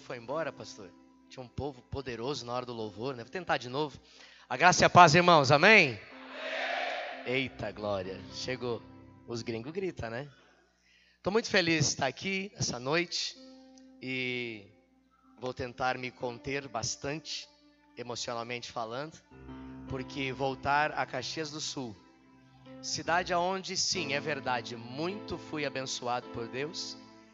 foi embora, pastor? Tinha um povo poderoso na hora do louvor, né? Vou tentar de novo. A graça e a paz, irmãos, amém? Amém. Eita, glória, chegou. Os gringos gritam, né? Estou muito feliz de estar aqui essa noite e vou tentar me conter bastante, emocionalmente falando, porque voltar a Caxias do Sul, cidade onde, sim, é verdade, muito fui abençoado por Deus,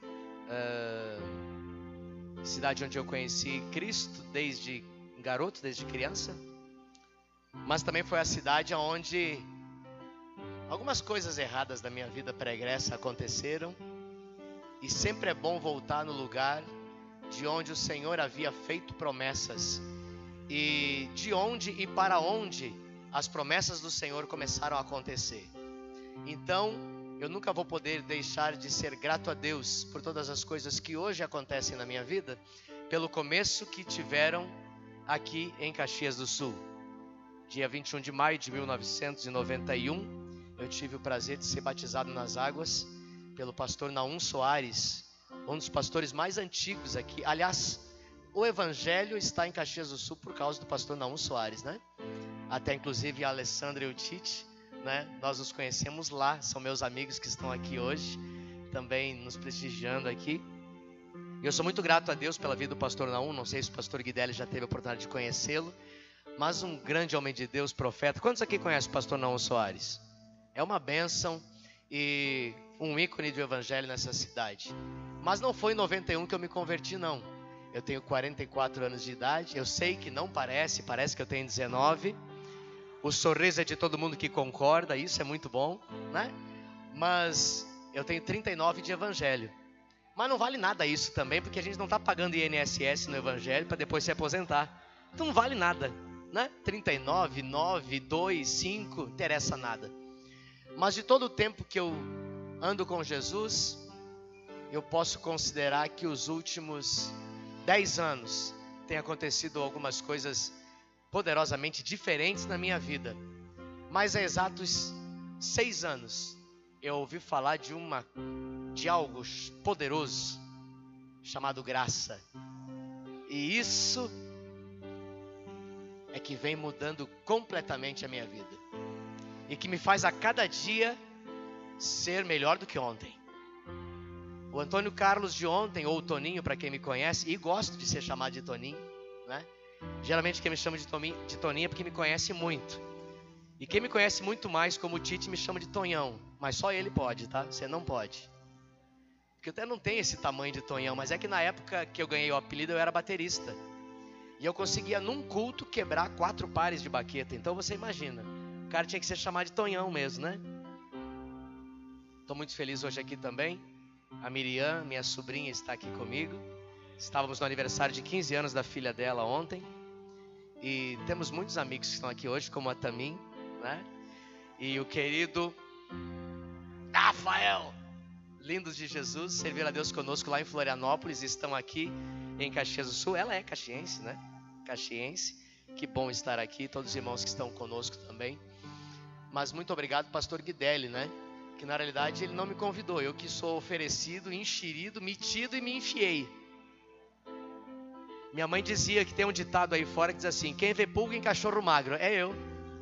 cidade onde eu conheci Cristo desde garoto, desde criança, mas também foi a cidade onde algumas coisas erradas da minha vida pregressa aconteceram, e sempre é bom voltar no lugar de onde o Senhor havia feito promessas, e de onde e para onde as promessas do Senhor começaram a acontecer. Então, eu nunca vou poder deixar de ser grato a Deus por todas as coisas que hoje acontecem na minha vida, pelo começo que tiveram aqui em Caxias do Sul. Dia 21 de maio de 1991, eu tive o prazer de ser batizado nas águas pelo pastor Naum Soares, um dos pastores mais antigos aqui. Aliás, o evangelho está em Caxias do Sul por causa do pastor Naum Soares, né? Até inclusive a Alessandra e o Tite, né? Nós nos conhecemos lá, são meus amigos que estão aqui hoje, também nos prestigiando aqui. E eu sou muito grato a Deus pela vida do pastor Naum. Não sei se o pastor Guidelli já teve a oportunidade de conhecê-lo, mas um grande homem de Deus, profeta. Quantos aqui conhecem o pastor Naum Soares? É uma bênção e um ícone do evangelho nessa cidade. Mas não foi em 91 que eu me converti, não. Eu tenho 44 anos de idade. Eu sei que não parece que eu tenho 19. O sorriso é de todo mundo que concorda, isso é muito bom, né? Mas eu tenho 39 de evangelho. Mas não vale nada isso também, porque a gente não está pagando INSS no evangelho para depois se aposentar. Então não vale nada, né? 39, 9, 2, 5, não interessa nada. Mas de todo o tempo que eu ando com Jesus, eu posso considerar que os últimos 10 anos tem acontecido algumas coisas poderosamente diferentes na minha vida. Mas há exatos 6 anos eu ouvi falar de algo poderoso chamado graça. E isso é que vem mudando completamente a minha vida, e que me faz a cada dia ser melhor do que ontem. O Antônio Carlos de ontem, ou o Toninho, para quem me conhece, e gosto de ser chamado de Toninho, né? Geralmente quem me chama de Toninho é porque me conhece muito. E quem me conhece muito mais, como o Tite, me chama de Tonhão. Mas só ele pode, tá? Você não pode. Porque eu até não tenho esse tamanho de Tonhão, mas é que na época que eu ganhei o apelido eu era baterista. E eu conseguia num culto quebrar 4 pares de baqueta. Então você imagina, o cara tinha que ser chamado de Tonhão mesmo, né? Estou muito feliz hoje aqui também. A Miriam, minha sobrinha, está aqui comigo. Estávamos no aniversário de 15 anos da filha dela ontem. E temos muitos amigos que estão aqui hoje, como a Tamin, né? E o querido Rafael. Lindos de Jesus, serviram a Deus conosco lá em Florianópolis. Estão aqui em Caxias do Sul. Ela é caxiense, né? Caxiense. Que bom estar aqui. Todos os irmãos que estão conosco também. Mas muito obrigado, pastor Guidelli, né? Que na realidade ele não me convidou. Eu que sou oferecido, enxerido, metido e me enfiei. Minha mãe dizia que tem um ditado aí fora que diz assim: quem vê pulga em cachorro magro, é eu.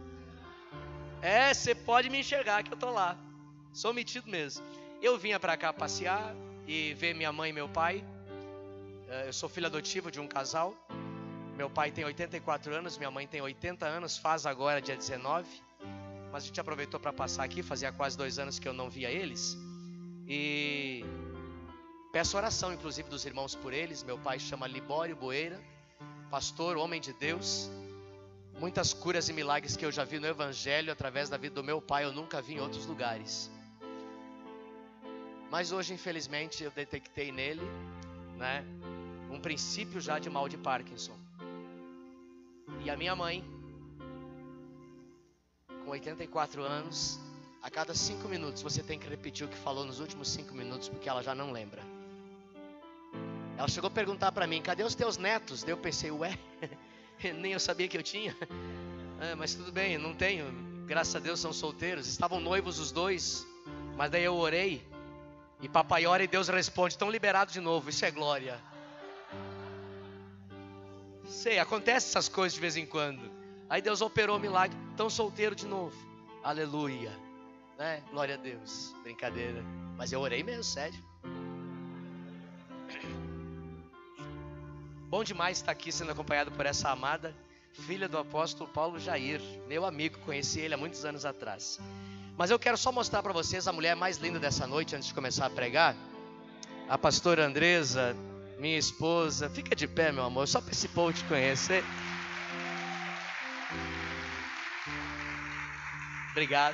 É, você pode me enxergar que eu tô lá. Sou metido mesmo. Eu vinha pra cá passear e ver minha mãe e meu pai. Eu sou filho adotivo de um casal. Meu pai tem 84 anos, minha mãe tem 80 anos, faz agora dia 19. Mas a gente aproveitou para passar aqui, fazia quase 2 anos que eu não via eles. E peço oração, inclusive, dos irmãos por eles. Meu pai chama Libório Boeira, pastor, homem de Deus. Muitas curas e milagres que eu já vi no evangelho através da vida do meu pai, eu nunca vi em outros lugares. Mas hoje, infelizmente, eu detectei nele, né, um princípio já de mal de Parkinson. E a minha mãe, com 84 anos, a cada 5 minutos você tem que repetir o que falou nos últimos 5 minutos, porque ela já não lembra. Ela chegou a perguntar para mim: cadê os teus netos? Daí eu pensei: ué, nem eu sabia que eu tinha. Mas tudo bem, não tenho, graças a Deus são solteiros. Estavam noivos os dois, mas daí eu orei, e papai ora e Deus responde: estão liberados de novo. Isso é glória. Sei, acontece essas coisas de vez em quando. Aí Deus operou o milagre, tão solteiro de novo. Aleluia, né? Glória a Deus. Brincadeira. Mas eu orei mesmo, sério. Bom demais estar aqui sendo acompanhado por essa amada filha do apóstolo Paulo Jair, meu amigo, conheci ele há muitos anos atrás. Mas eu quero só mostrar para vocês a mulher mais linda dessa noite, antes de começar a pregar. A pastora Andresa, minha esposa. Fica de pé, meu amor, só para esse povo te conhecer. Obrigado.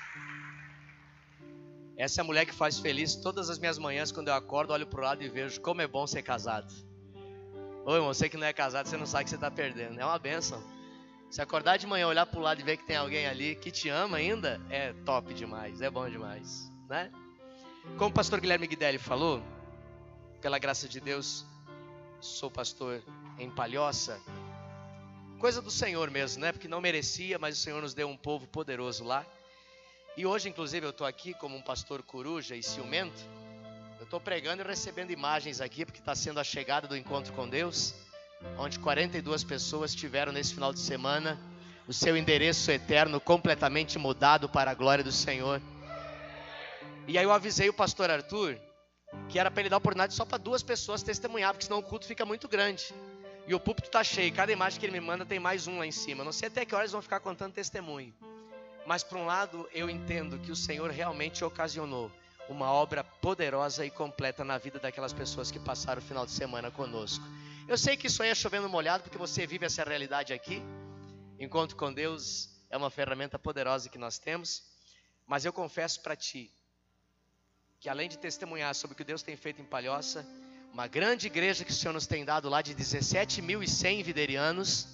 Essa é a mulher que faz feliz todas as minhas manhãs. Quando eu acordo, olho para o lado e vejo como é bom ser casado. Ô irmão, você que não é casado, você não sabe que você está perdendo. É uma bênção. Se acordar de manhã, olhar para o lado e ver que tem alguém ali que te ama ainda, é top demais, é bom demais, né? Como o pastor Guilherme Guidelli falou, pela graça de Deus, sou pastor em Palhoça. Coisa do Senhor mesmo, né? Porque não merecia, mas o Senhor nos deu um povo poderoso lá. E hoje, inclusive, eu estou aqui como um pastor coruja e ciumento. Eu estou pregando e recebendo imagens aqui, porque está sendo a chegada do encontro com Deus, onde 42 pessoas tiveram nesse final de semana o seu endereço eterno completamente mudado para a glória do Senhor. E aí eu avisei o pastor Arthur que era para ele dar oportunidade só para 2 pessoas testemunhar, porque senão o culto fica muito grande. E o púlpito está cheio, cada imagem que ele me manda tem mais um lá em cima. Não sei até que horas vão ficar contando testemunho. Mas por um lado eu entendo que o Senhor realmente ocasionou uma obra poderosa e completa na vida daquelas pessoas que passaram o final de semana conosco. Eu sei que isso aí é chovendo molhado, porque você vive essa realidade aqui. Encontro com Deus é uma ferramenta poderosa que nós temos. Mas eu confesso para ti, que além de testemunhar sobre o que Deus tem feito em Palhoça, uma grande igreja que o Senhor nos tem dado lá de 17.100 viderianos.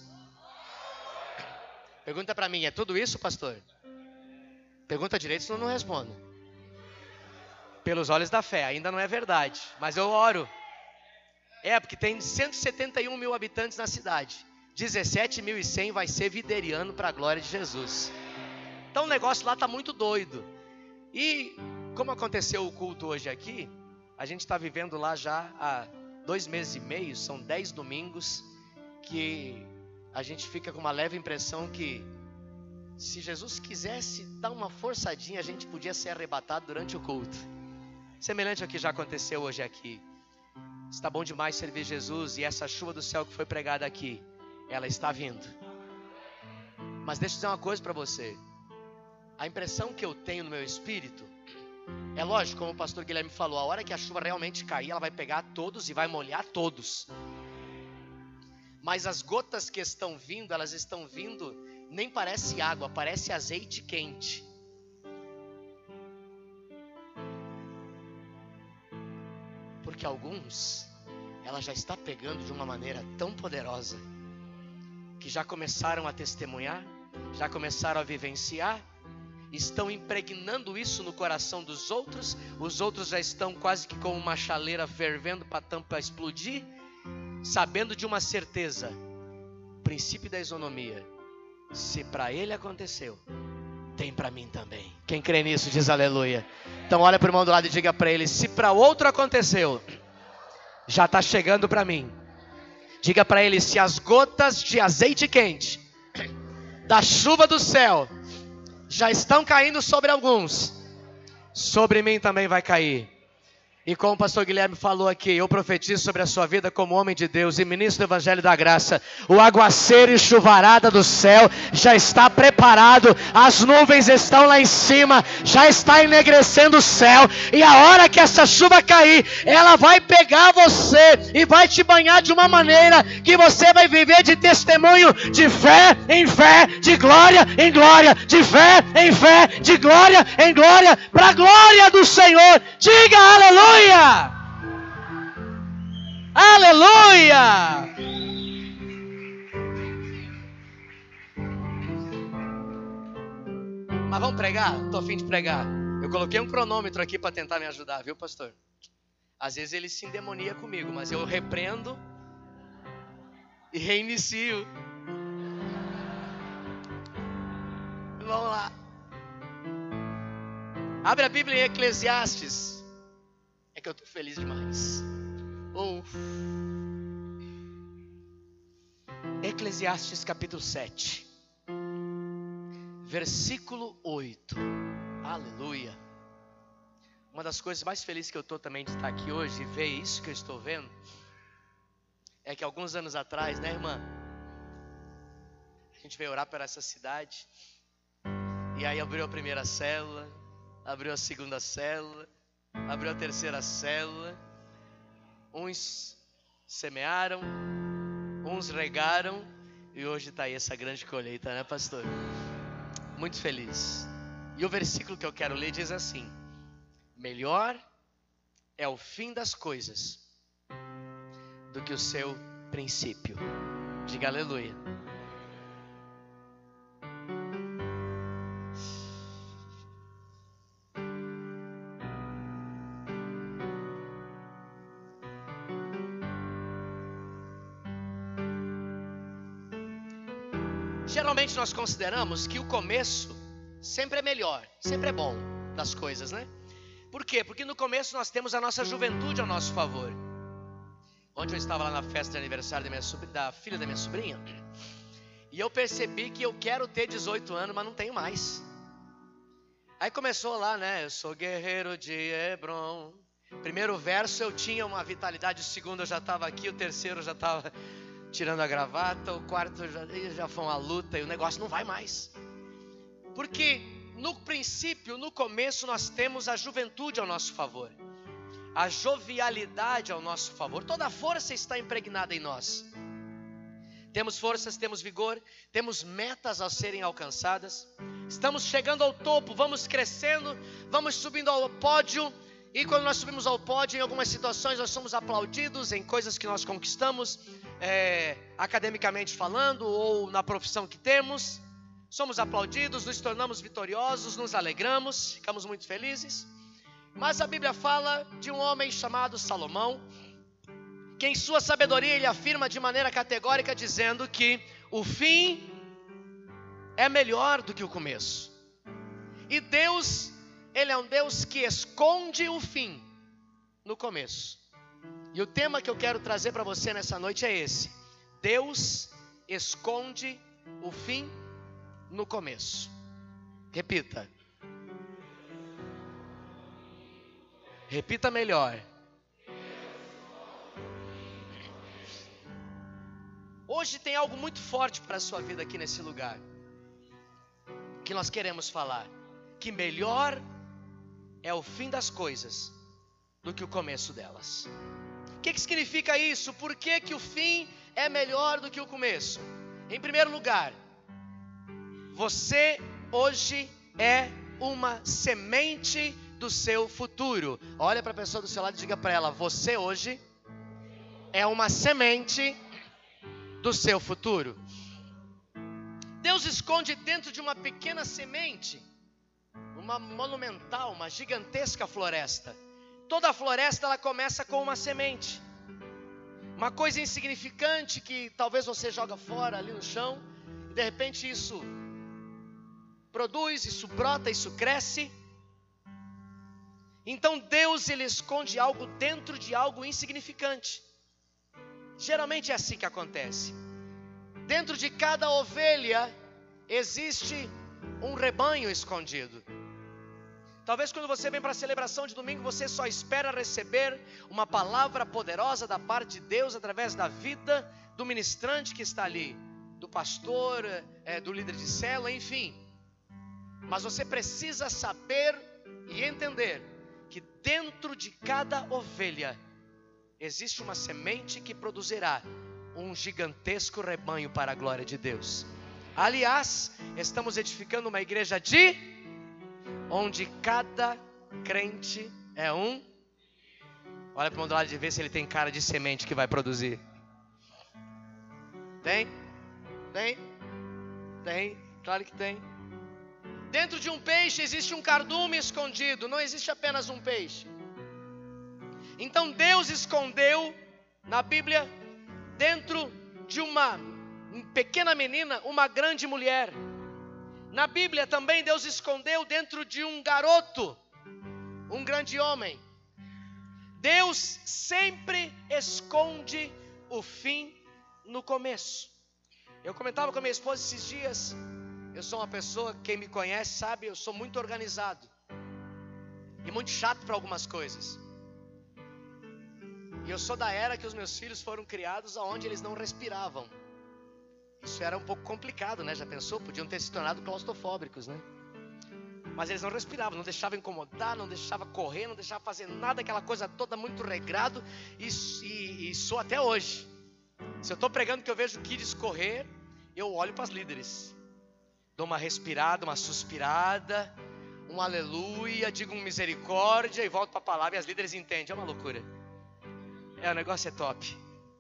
Pergunta para mim, é tudo isso, pastor? Pergunta direito, senão eu não respondo. Pelos olhos da fé, ainda não é verdade, mas eu oro. É, porque tem 171 mil habitantes na cidade. 17.100 vai ser videriano para a glória de Jesus. Então o negócio lá está muito doido. E como aconteceu o culto hoje aqui, a gente está vivendo lá já há 2 meses e meio, são 10 domingos, que a gente fica com uma leve impressão que se Jesus quisesse dar uma forçadinha, a gente podia ser arrebatado durante o culto. Semelhante ao que já aconteceu hoje aqui. Está bom demais servir Jesus, e essa chuva do céu que foi pregada aqui, ela está vindo. Mas deixa eu dizer uma coisa para você. A impressão que eu tenho no meu espírito, é lógico, como o pastor Guilherme falou, a hora que a chuva realmente cair, ela vai pegar todos e vai molhar todos. Mas as gotas que estão vindo, elas estão vindo, nem parece água, parece azeite quente. Porque alguns, ela já está pegando de uma maneira tão poderosa, que já começaram a testemunhar, já começaram a vivenciar, estão impregnando isso no coração dos outros. Os outros já estão quase que como uma chaleira fervendo para a tampa explodir, sabendo de uma certeza, o princípio da isonomia, se para ele aconteceu, tem para mim também. Quem crê nisso diz aleluia. Então olha para o irmão do lado e diga para ele, se para outro aconteceu, já está chegando para mim. Diga para ele, se as gotas de azeite quente da chuva do céu já estão caindo sobre alguns, sobre mim também vai cair. E como o pastor Guilherme falou aqui, eu profetizo sobre a sua vida como homem de Deus e ministro do Evangelho da Graça. O aguaceiro e chuvarada do céu já está preparado, as nuvens estão lá em cima, já está enegrecendo o céu. E a hora que essa chuva cair, ela vai pegar você e vai te banhar de uma maneira que você vai viver de testemunho, de fé em fé, de glória em glória, de fé em fé, de glória em glória, para a glória do Senhor. Diga aleluia! Aleluia! Mas vamos pregar? Estou a fim de pregar. Eu coloquei um cronômetro aqui para tentar me ajudar, viu, pastor? Às vezes ele se endemonia comigo, mas eu repreendo e reinicio. Vamos lá. Abre a Bíblia em Eclesiastes. É que eu estou feliz demais. Eclesiastes capítulo 7, versículo 8. Aleluia. Uma das coisas mais felizes que eu estou também de estar aqui hoje e ver isso que eu estou vendo é que alguns anos atrás, né, irmã, a gente veio orar para essa cidade e aí abriu a primeira célula, abriu a segunda célula, abriu a terceira célula. Uns semearam, uns regaram e hoje está aí essa grande colheita, né, pastor? Muito feliz. E o versículo que eu quero ler diz assim: melhor é o fim das coisas do que o seu princípio. Diga aleluia. Geralmente nós consideramos que o começo sempre é melhor, sempre é bom das coisas, né? Por quê? Porque no começo nós temos a nossa juventude ao nosso favor. Ontem eu estava lá na festa de aniversário da filha da minha sobrinha, e eu percebi que eu quero ter 18 anos, mas não tenho mais. Aí começou lá, né? Eu sou guerreiro de Hebron. Primeiro verso eu tinha uma vitalidade, o segundo eu já estava aqui, o terceiro eu já estava tirando a gravata, o quarto já foi uma luta e o negócio não vai mais. Porque no princípio, no começo, nós temos a juventude ao nosso favor, a jovialidade ao nosso favor, toda a força está impregnada em nós. Temos forças, temos vigor, temos metas a serem alcançadas, estamos chegando ao topo, vamos crescendo, vamos subindo ao pódio. E quando nós subimos ao pódio, em algumas situações nós somos aplaudidos em coisas que nós conquistamos, academicamente falando, ou na profissão que temos. Somos aplaudidos, nos tornamos vitoriosos, nos alegramos, ficamos muito felizes. Mas a Bíblia fala de um homem chamado Salomão, que em sua sabedoria ele afirma de maneira categórica, dizendo que o fim é melhor do que o começo. E Deus, Ele é um Deus que esconde o fim no começo. E o tema que eu quero trazer para você nessa noite é esse: Deus esconde o fim no começo. Repita. Repita melhor. Hoje tem algo muito forte para a sua vida aqui nesse lugar, que nós queremos falar. Que melhor é o fim das coisas do que o começo delas. O que significa isso? Por que o fim é melhor do que o começo? Em primeiro lugar, você hoje é uma semente do seu futuro. Olha para a pessoa do seu lado e diga para ela: você hoje é uma semente do seu futuro. Deus esconde dentro de uma pequena semente uma monumental, uma gigantesca floresta. Toda floresta ela começa com uma semente, uma coisa insignificante que talvez você joga fora ali no chão, e de repente isso produz, isso brota, isso cresce. Então Deus ele esconde algo dentro de algo insignificante. Geralmente é assim que acontece. Dentro de cada ovelha existe um rebanho escondido. Talvez quando você vem para a celebração de domingo, você só espera receber uma palavra poderosa da parte de Deus através da vida do ministrante que está ali, do pastor, do líder de célula, enfim. Mas você precisa saber e entender que dentro de cada ovelha existe uma semente que produzirá um gigantesco rebanho para a glória de Deus. Aliás, estamos edificando uma igreja onde cada crente é um. Olha para o outro lado de ver se ele tem cara de semente que vai produzir. Tem? Tem? Tem, claro que tem. Dentro de um peixe existe um cardume escondido, não existe apenas um peixe. Então Deus escondeu na Bíblia, dentro de uma pequena menina, uma grande mulher. Na Bíblia também Deus escondeu dentro de um garoto, um grande homem. Deus sempre esconde o fim no começo. Eu comentava com a minha esposa esses dias. Eu sou uma pessoa, quem me conhece sabe, eu sou muito organizado. E muito chato para algumas coisas. E eu sou da era que os meus filhos foram criados onde eles não respiravam. Isso era um pouco complicado, né? Já pensou? Podiam ter se tornado claustrofóbicos, né? Mas eles não respiravam, não deixavam incomodar, não deixavam correr, não deixavam fazer nada, aquela coisa toda muito regrado. E sou até hoje. Se eu estou pregando que eu vejo kids correr, eu olho para as líderes. Dou uma respirada, uma suspirada, um aleluia, digo um misericórdia e volto para a palavra e as líderes entendem. É uma loucura. O negócio é top.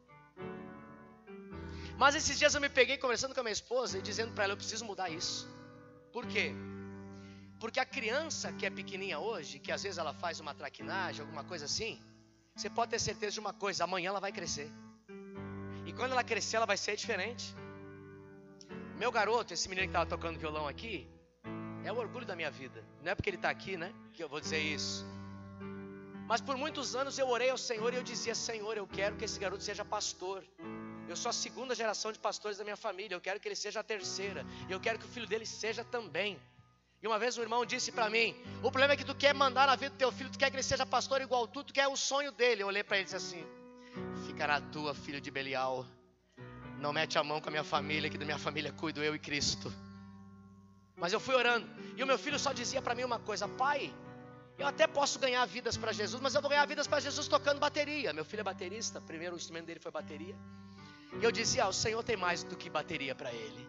Mas esses dias eu me peguei conversando com a minha esposa e dizendo para ela, eu preciso mudar isso. Por quê? Porque a criança que é pequenininha hoje, que às vezes ela faz uma traquinagem, alguma coisa assim, você pode ter certeza de uma coisa, amanhã ela vai crescer. E quando ela crescer, ela vai ser diferente. Meu garoto, esse menino que estava tocando violão aqui, é o orgulho da minha vida. Não é porque ele está aqui, né, que eu vou dizer isso. Mas por muitos anos eu orei ao Senhor e eu dizia, Senhor, eu quero que esse garoto seja pastor. Eu sou a segunda geração de pastores da minha família, eu quero que ele seja a terceira. E eu quero que o filho dele seja também. E uma vez um irmão disse para mim, o problema é que tu quer mandar na vida do teu filho, tu quer que ele seja pastor igual tu quer o sonho dele. Eu olhei para ele e disse assim, fica na tua, filho de Belial. Não mete a mão com a minha família, que da minha família cuido eu e Cristo. Mas eu fui orando, e o meu filho só dizia para mim uma coisa, pai, eu até posso ganhar vidas para Jesus, mas eu vou ganhar vidas para Jesus tocando bateria. Meu filho é baterista, primeiro o instrumento dele foi bateria. E eu dizia, o Senhor tem mais do que bateria para ele.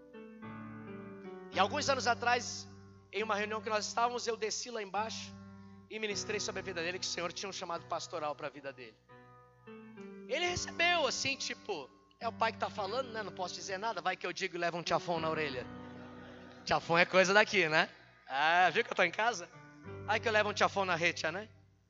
E alguns anos atrás, em uma reunião que nós estávamos, eu desci lá embaixo e ministrei sobre a vida dele, que o Senhor tinha um chamado pastoral para a vida dele. Ele recebeu assim, tipo, é o pai que está falando, né? Não posso dizer nada, vai que eu digo e leva um tchafão na orelha. Tchafão é coisa daqui, né? Ah, viu que eu estou em casa? Aí que eu levo um tchafão na rede, né?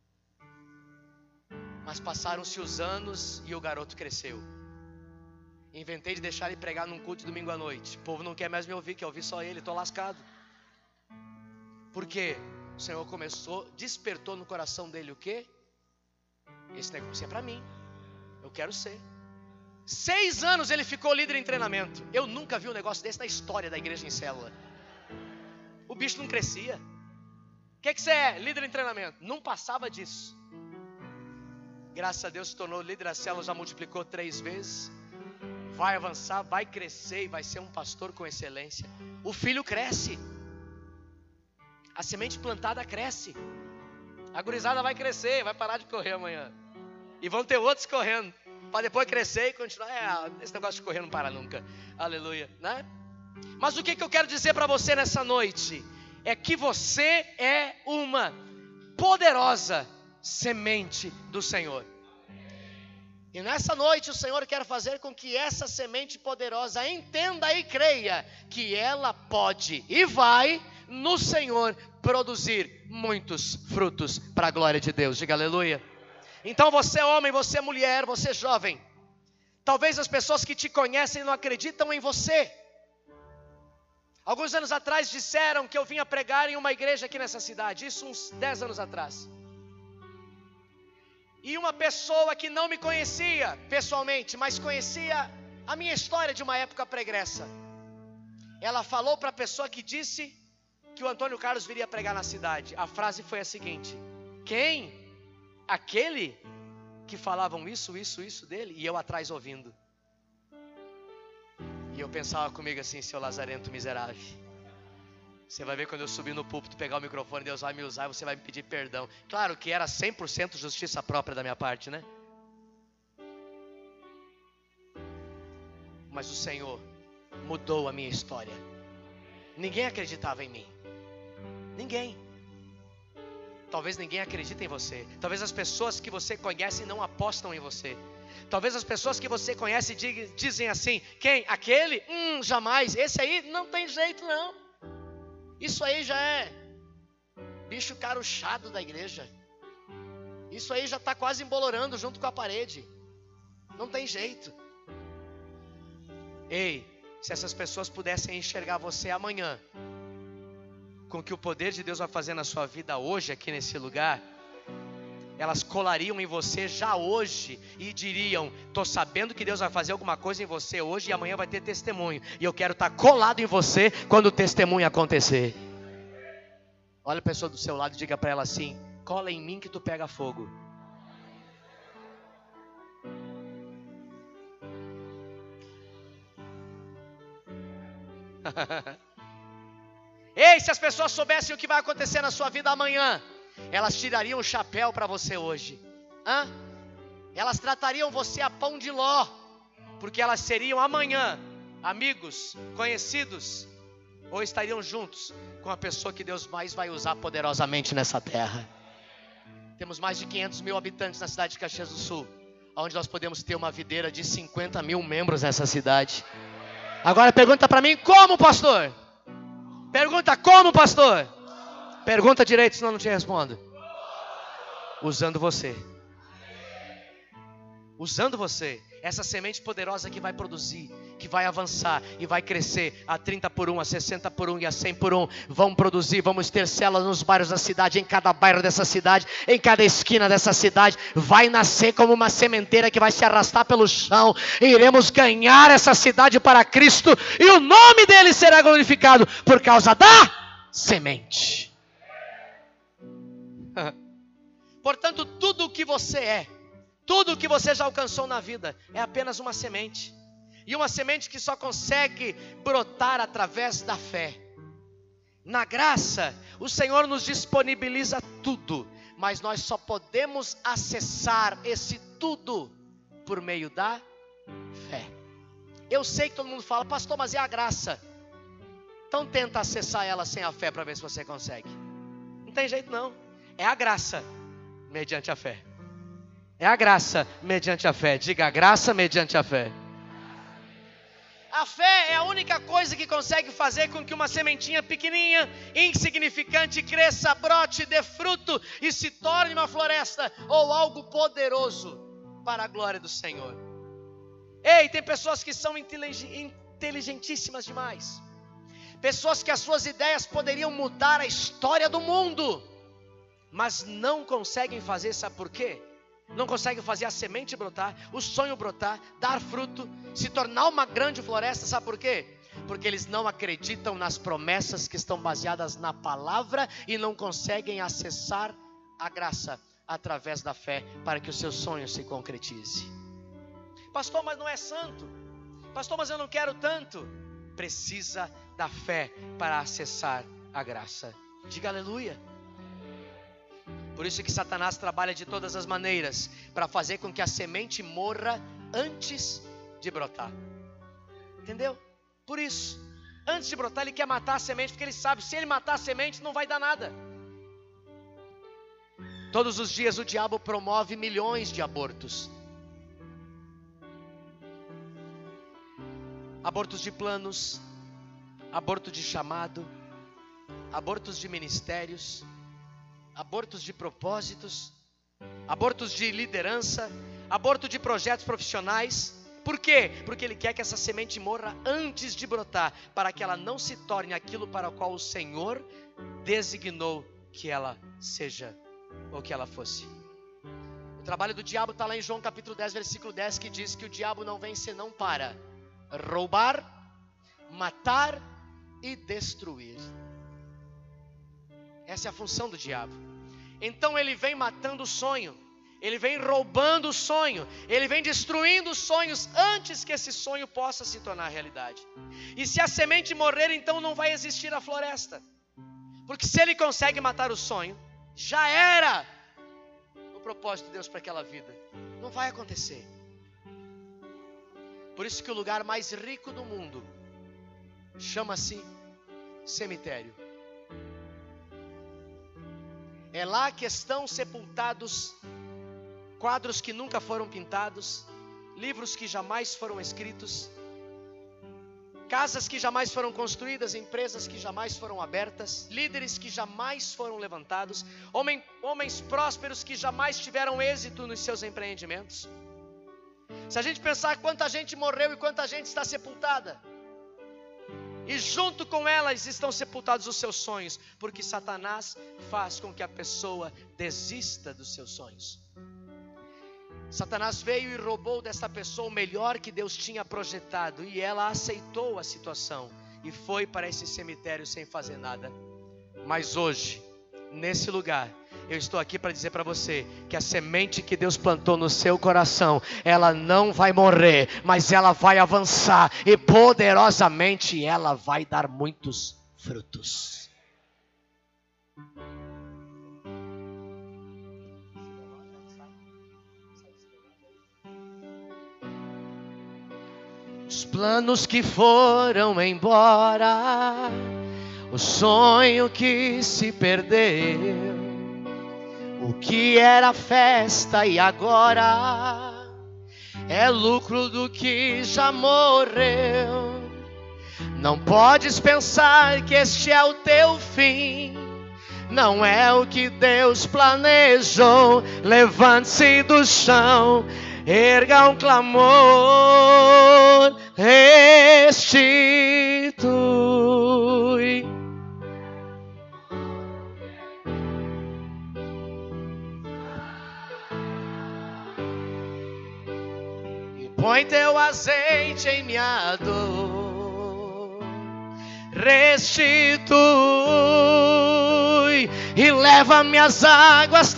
Mas passaram-se os anos e o garoto cresceu. Inventei de deixar ele pregar num culto de domingo à noite. O povo não quer mais me ouvir, quer ouvir só ele, estou lascado. Por quê? O Senhor despertou no coração dele o quê? Esse negócio é para mim. Eu quero ser. 6 anos ele ficou líder em treinamento. Eu nunca vi um negócio desse na história da igreja em célula. O bicho não crescia. O que você é? Líder em treinamento. Não passava disso. Graças a Deus se tornou líder da célula, já multiplicou 3 vezes. Vai avançar, vai crescer e vai ser um pastor com excelência. O filho cresce. A semente plantada cresce. A gurizada vai crescer, vai parar de correr amanhã. E vão ter outros correndo. Para depois crescer e continuar. Esse negócio de correr não para nunca. Aleluia, né? Mas o que eu quero dizer para você nessa noite? É que você é uma poderosa semente do Senhor. E nessa noite o Senhor quer fazer com que essa semente poderosa entenda e creia que ela pode e vai no Senhor produzir muitos frutos para a glória de Deus. Diga aleluia. Então você homem, você mulher, você jovem, talvez as pessoas que te conhecem não acreditam em você. Alguns anos atrás disseram que eu vinha pregar em uma igreja aqui nessa cidade, isso uns 10 anos atrás. E uma pessoa que não me conhecia pessoalmente, mas conhecia a minha história de uma época pregressa, ela falou para a pessoa que disse que o Antônio Carlos viria pregar na cidade. A frase foi a seguinte: quem? Aquele que falavam isso dele? E eu atrás ouvindo. E eu pensava comigo assim, seu lazarento miserável, você vai ver quando eu subir no púlpito, pegar o microfone, Deus vai me usar e você vai me pedir perdão. Claro que era 100% justiça própria da minha parte, né? Mas o Senhor mudou a minha história. Ninguém acreditava em mim. Ninguém. Talvez ninguém acredite em você. Talvez as pessoas que você conhece não apostam em você. Talvez as pessoas que você conhece dizem assim: quem? Aquele? Jamais. Esse aí não tem jeito não. Isso aí já é bicho caruchado da igreja. Isso aí já está quase embolorando junto com a parede. Não tem jeito. Ei, se essas pessoas pudessem enxergar você amanhã, com o que o poder de Deus vai fazer na sua vida hoje aqui nesse lugar, elas colariam em você já hoje e diriam: estou sabendo que Deus vai fazer alguma coisa em você hoje e amanhã vai ter testemunho, e eu quero estar colado em você quando o testemunho acontecer. Olha a pessoa do seu lado e diga para ela assim: cola em mim que tu pega fogo. Ei, se as pessoas soubessem o que vai acontecer na sua vida amanhã, elas tirariam o chapéu para você hoje. Elas tratariam você a pão de ló, porque elas seriam amanhã amigos, conhecidos, ou estariam juntos com a pessoa que Deus mais vai usar poderosamente nessa terra. Temos mais de 500 mil habitantes na cidade de Caxias do Sul, onde nós podemos ter uma videira de 50 mil membros nessa cidade. Agora pergunta para mim: como, pastor? Pergunta: como, pastor? Pergunta direito, senão eu não te respondo. Usando você. Usando você. Essa semente poderosa que vai produzir, que vai avançar e vai crescer a 30 por 1, a 60 por 1 e a 100 por 1. Vão produzir, vamos ter células nos bairros da cidade, em cada bairro dessa cidade, em cada esquina dessa cidade. Vai nascer como uma sementeira que vai se arrastar pelo chão. E iremos ganhar essa cidade para Cristo, e o nome dele será glorificado por causa da semente. Portanto, tudo o que você é, tudo o que você já alcançou na vida, é apenas uma semente. E uma semente que só consegue brotar através da fé. Na graça, o Senhor nos disponibiliza tudo, mas nós só podemos acessar esse tudo por meio da fé. Eu sei que todo mundo fala: pastor, mas é a graça. Então tenta acessar ela sem a fé para ver se você consegue. Não tem jeito não. É a graça mediante a fé. É a graça mediante a fé. Diga: a graça mediante a fé. A fé é a única coisa que consegue fazer com que uma sementinha pequenininha, insignificante, cresça, brote, dê fruto e se torne uma floresta ou algo poderoso para a glória do Senhor. Ei, tem pessoas que são inteligentíssimas demais. Pessoas que as suas ideias poderiam mudar a história do mundo, mas não conseguem fazer, sabe por quê? Não conseguem fazer a semente brotar, o sonho brotar, dar fruto, se tornar uma grande floresta. Sabe por quê? Porque eles não acreditam nas promessas que estão baseadas na palavra e não conseguem acessar a graça através da fé para que o seu sonho se concretize. Pastor, mas não é santo. Pastor, mas eu não quero tanto. Precisa da fé para acessar a graça. Diga aleluia. Por isso que Satanás trabalha de todas as maneiras para fazer com que a semente morra antes de brotar. Entendeu? Por isso, antes de brotar ele quer matar a semente, porque ele sabe, se ele matar a semente não vai dar nada. Todos os dias o diabo promove milhões de abortos. Abortos de planos, aborto de chamado, abortos de ministérios, abortos de propósitos, abortos de liderança, aborto de projetos profissionais. Por quê? Porque ele quer que essa semente morra antes de brotar, para que ela não se torne aquilo para o qual o Senhor designou que ela seja, ou que ela fosse. O trabalho do diabo está lá em João capítulo 10, versículo 10, que diz que o diabo não vem senão para roubar, matar e destruir. Essa é a função do diabo. Então ele vem matando o sonho, ele vem roubando o sonho, ele vem destruindo os sonhos antes que esse sonho possa se tornar realidade. E se a semente morrer, então não vai existir a floresta. Porque se ele consegue matar o sonho, já era o propósito de Deus para aquela vida. Não vai acontecer. Por isso que o lugar mais rico do mundo chama-se cemitério. É lá que estão sepultados quadros que nunca foram pintados, livros que jamais foram escritos, casas que jamais foram construídas, empresas que jamais foram abertas, líderes que jamais foram levantados, homens prósperos que jamais tiveram êxito nos seus empreendimentos. Se a gente pensar quanta gente morreu e quanta gente está sepultada, E junto com elas estão sepultados os seus sonhos, porque Satanás faz com que a pessoa desista dos seus sonhos. Satanás veio e roubou dessa pessoa o melhor que Deus tinha projetado, e ela aceitou a situação e foi para esse cemitério sem fazer nada. Mas hoje, nesse lugar, eu estou aqui para dizer para você que a semente que Deus plantou no seu coração, ela não vai morrer, mas ela vai avançar e poderosamente ela vai dar muitos frutos. Os planos que foram embora, o sonho que se perdeu, o que era festa e agora é lucro do que já morreu. Não podes pensar que este é o teu fim, não é o que Deus planejou. Levante-se do chão, erga um clamor, restitui. E põe teu azeite em minha dor, restitui e leva-me às águas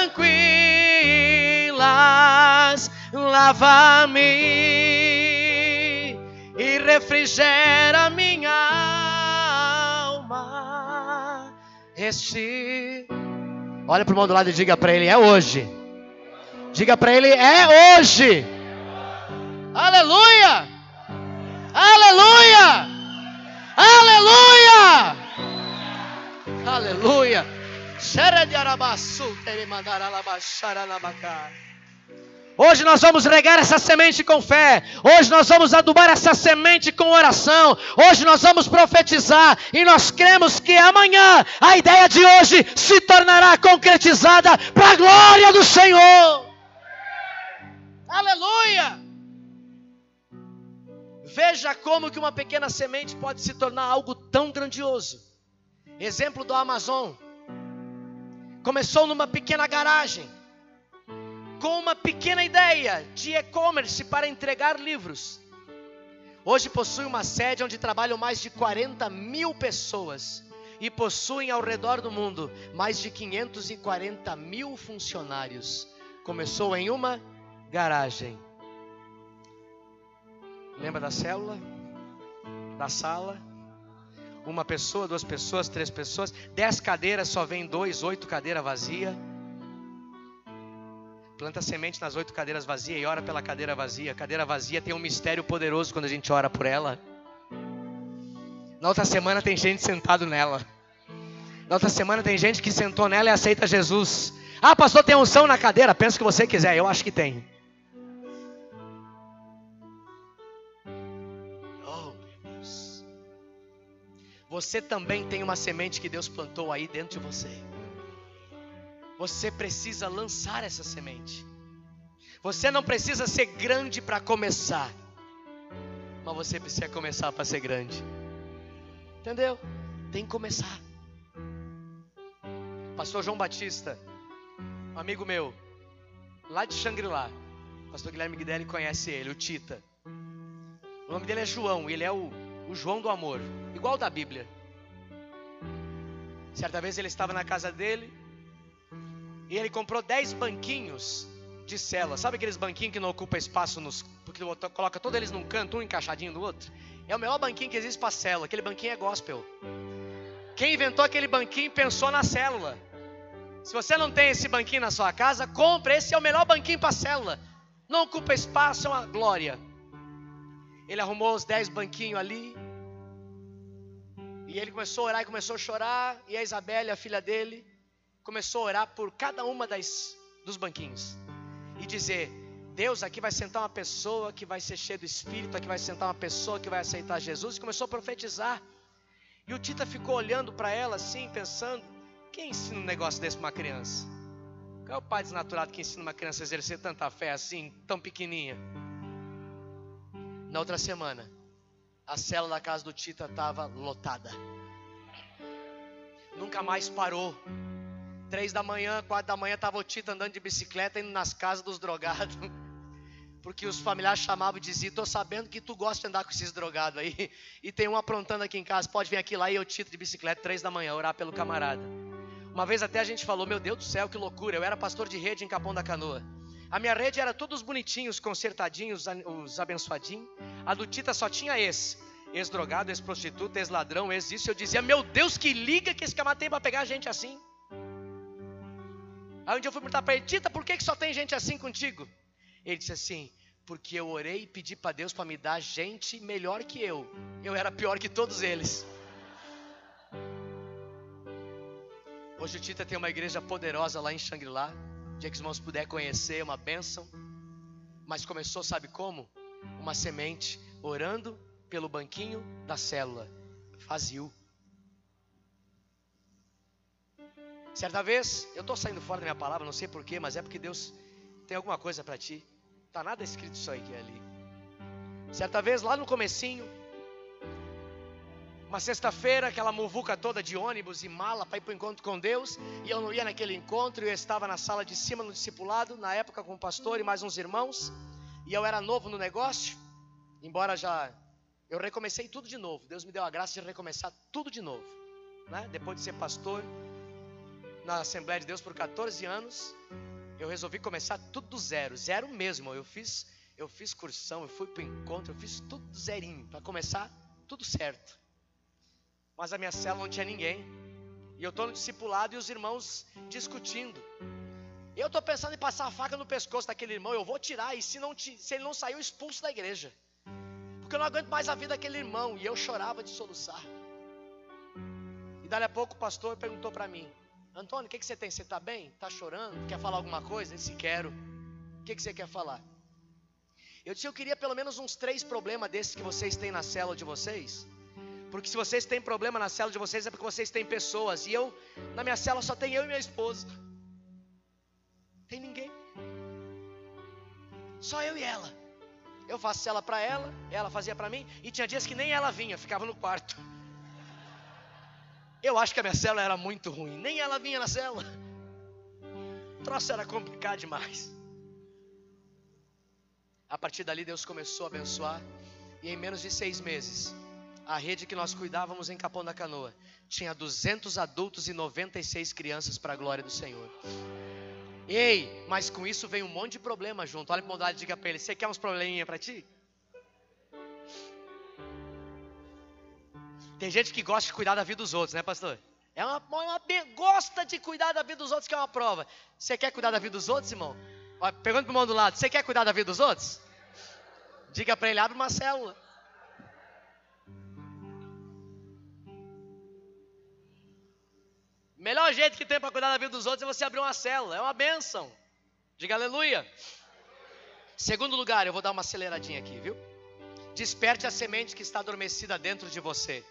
tranquilas. Lava-me e refrigera minha alma. Olha para o irmão do lado e diga para ele: é hoje. Diga para ele: é hoje. Aleluia! Aleluia! Aleluia! Aleluia! Hoje nós vamos regar essa semente com fé. Hoje nós vamos adubar essa semente com oração. Hoje nós vamos profetizar. E nós cremos que amanhã a ideia de hoje se tornará concretizada para a glória do Senhor. Aleluia! Veja como que uma pequena semente pode se tornar algo tão grandioso. Exemplo do Amazon. Começou numa pequena garagem, com uma pequena ideia de e-commerce para entregar livros. Hoje possui uma sede onde trabalham mais de 40 mil pessoas e possuem ao redor do mundo mais de 540 mil funcionários. Começou em uma garagem. Lembra da célula? Da sala? Uma pessoa, 2 pessoas, 3 pessoas, 10 cadeiras, só vem 2, 8 cadeiras vazias. Planta semente nas 8 cadeiras vazias e ora pela cadeira vazia. A cadeira vazia tem um mistério poderoso quando a gente ora por ela. Na outra semana tem gente sentado nela. Na outra semana tem gente que sentou nela e aceita Jesus. Ah, pastor, tem unção na cadeira? Pensa o que você quiser, eu acho que tem. Oh, meu Deus. Você também tem uma semente que Deus plantou aí dentro de você. Você precisa lançar essa semente. Você não precisa ser grande para começar, mas você precisa começar para ser grande. Entendeu? Tem que começar. Pastor João Batista, um amigo meu, lá de Xangri-Lá. Pastor Guilherme Guidelli conhece ele, o Tita. O nome dele é João, ele é o João do amor, igual da Bíblia. Certa vez ele estava na casa dele e ele comprou 10 banquinhos de célula. Sabe aqueles banquinhos que não ocupam espaço porque coloca todos eles num canto, um encaixadinho do outro? É o melhor banquinho que existe para célula. Aquele banquinho é gospel. Quem inventou aquele banquinho pensou na célula. Se você não tem esse banquinho na sua casa, compre. Esse é o melhor banquinho para célula. Não ocupa espaço, é uma glória. Ele arrumou os 10 banquinhos ali. E ele começou a orar e começou a chorar. E a Isabelle, a filha dele, começou a orar por cada uma dos banquinhos. E dizer: Deus, aqui vai sentar uma pessoa que vai ser cheia do Espírito. Aqui vai sentar uma pessoa que vai aceitar Jesus. E começou a profetizar. E o Tita ficou olhando para ela assim, pensando: quem ensina um negócio desse para uma criança? Qual é o pai desnaturado que ensina uma criança a exercer tanta fé assim, tão pequenininha? Na outra semana, a célula da casa do Tita estava lotada. Nunca mais parou. 3 da manhã, 4 da manhã, estava o Tita andando de bicicleta, indo nas casas dos drogados. Porque os familiares chamavam e diziam: estou sabendo que tu gosta de andar com esses drogados aí. E tem um aprontando aqui em casa, pode vir aqui lá. E eu, Tita de bicicleta, 3 da manhã, orar pelo camarada. Uma vez até a gente falou: meu Deus do céu, que loucura. Eu era pastor de rede em Capão da Canoa. A minha rede era todos bonitinhos, consertadinhos, os abençoadinhos. A do Tita só tinha ex-drogado, ex-prostituta, ex-ladrão, ex-isso. Eu dizia: meu Deus, que liga que esse camarada tem para pegar a gente assim. Aí um dia eu fui perguntar para ele: Tita, por que só tem gente assim contigo? Ele disse assim: porque eu orei e pedi para Deus para me dar gente melhor que eu. Eu era pior que todos eles. Hoje o Tita tem uma igreja poderosa lá em Xangri-Lá. O dia que os irmãos puderem conhecer, uma bênção. Mas começou, sabe como? Uma semente, orando pelo banquinho da célula, vazio. Certa vez, eu estou saindo fora da minha palavra, não sei porquê, mas é porque Deus tem alguma coisa para ti. Está nada escrito isso aí que é ali. Certa vez, lá no comecinho, uma sexta-feira, aquela muvuca toda de ônibus e mala para ir para o encontro com Deus. E eu não ia naquele encontro, eu estava na sala de cima no discipulado, na época com o pastor e mais uns irmãos. E eu era novo no negócio, embora eu recomecei tudo de novo. Deus me deu a graça de recomeçar tudo de novo, né? Depois de ser pastor na Assembleia de Deus por 14 anos, eu resolvi começar tudo do zero, zero mesmo. Eu fiz cursão, eu fui para o encontro, eu fiz tudo do zerinho, para começar tudo certo. Mas a minha célula não tinha ninguém, e eu estou no discipulado e os irmãos discutindo. Eu estou pensando em passar a faca no pescoço daquele irmão. Eu vou tirar, e se ele não sair, eu expulso da igreja, porque eu não aguento mais a vida daquele irmão. E eu chorava de soluçar. E dali a pouco o pastor perguntou para mim: Antônio, o que você tem? Você está bem? Está chorando? Quer falar alguma coisa? Ele disse: quero. O que você quer falar? Eu disse: eu queria pelo menos uns 3 problemas desses que vocês têm na célula de vocês. Porque se vocês têm problema na célula de vocês, é porque vocês têm pessoas. E na minha célula só tem eu e minha esposa. Tem ninguém. Só eu e ela. Eu faço célula para ela, ela fazia para mim. E tinha dias que nem ela vinha, ficava no quarto. Eu acho que a minha célula era muito ruim. Nem ela vinha na célula. O troço era complicado demais. A partir dali Deus começou a abençoar. E em menos de 6 meses, a rede que nós cuidávamos em Capão da Canoa tinha 200 adultos e 96 crianças para a glória do Senhor. Ei, mas com isso vem um monte de problema junto. Olha para o irmão e diga para ele: você quer uns probleminha para ti? Tem gente que gosta de cuidar da vida dos outros, né, pastor? Gosta de cuidar da vida dos outros, que é uma prova. Você quer cuidar da vida dos outros, irmão? Olha, pergunta para o irmão do lado: você quer cuidar da vida dos outros? Diga para ele: abre uma célula. Melhor jeito que tem para cuidar da vida dos outros é você abrir uma célula. É uma bênção. Diga aleluia. Segundo lugar, eu vou dar uma aceleradinha aqui, viu? Desperte a semente que está adormecida dentro de você.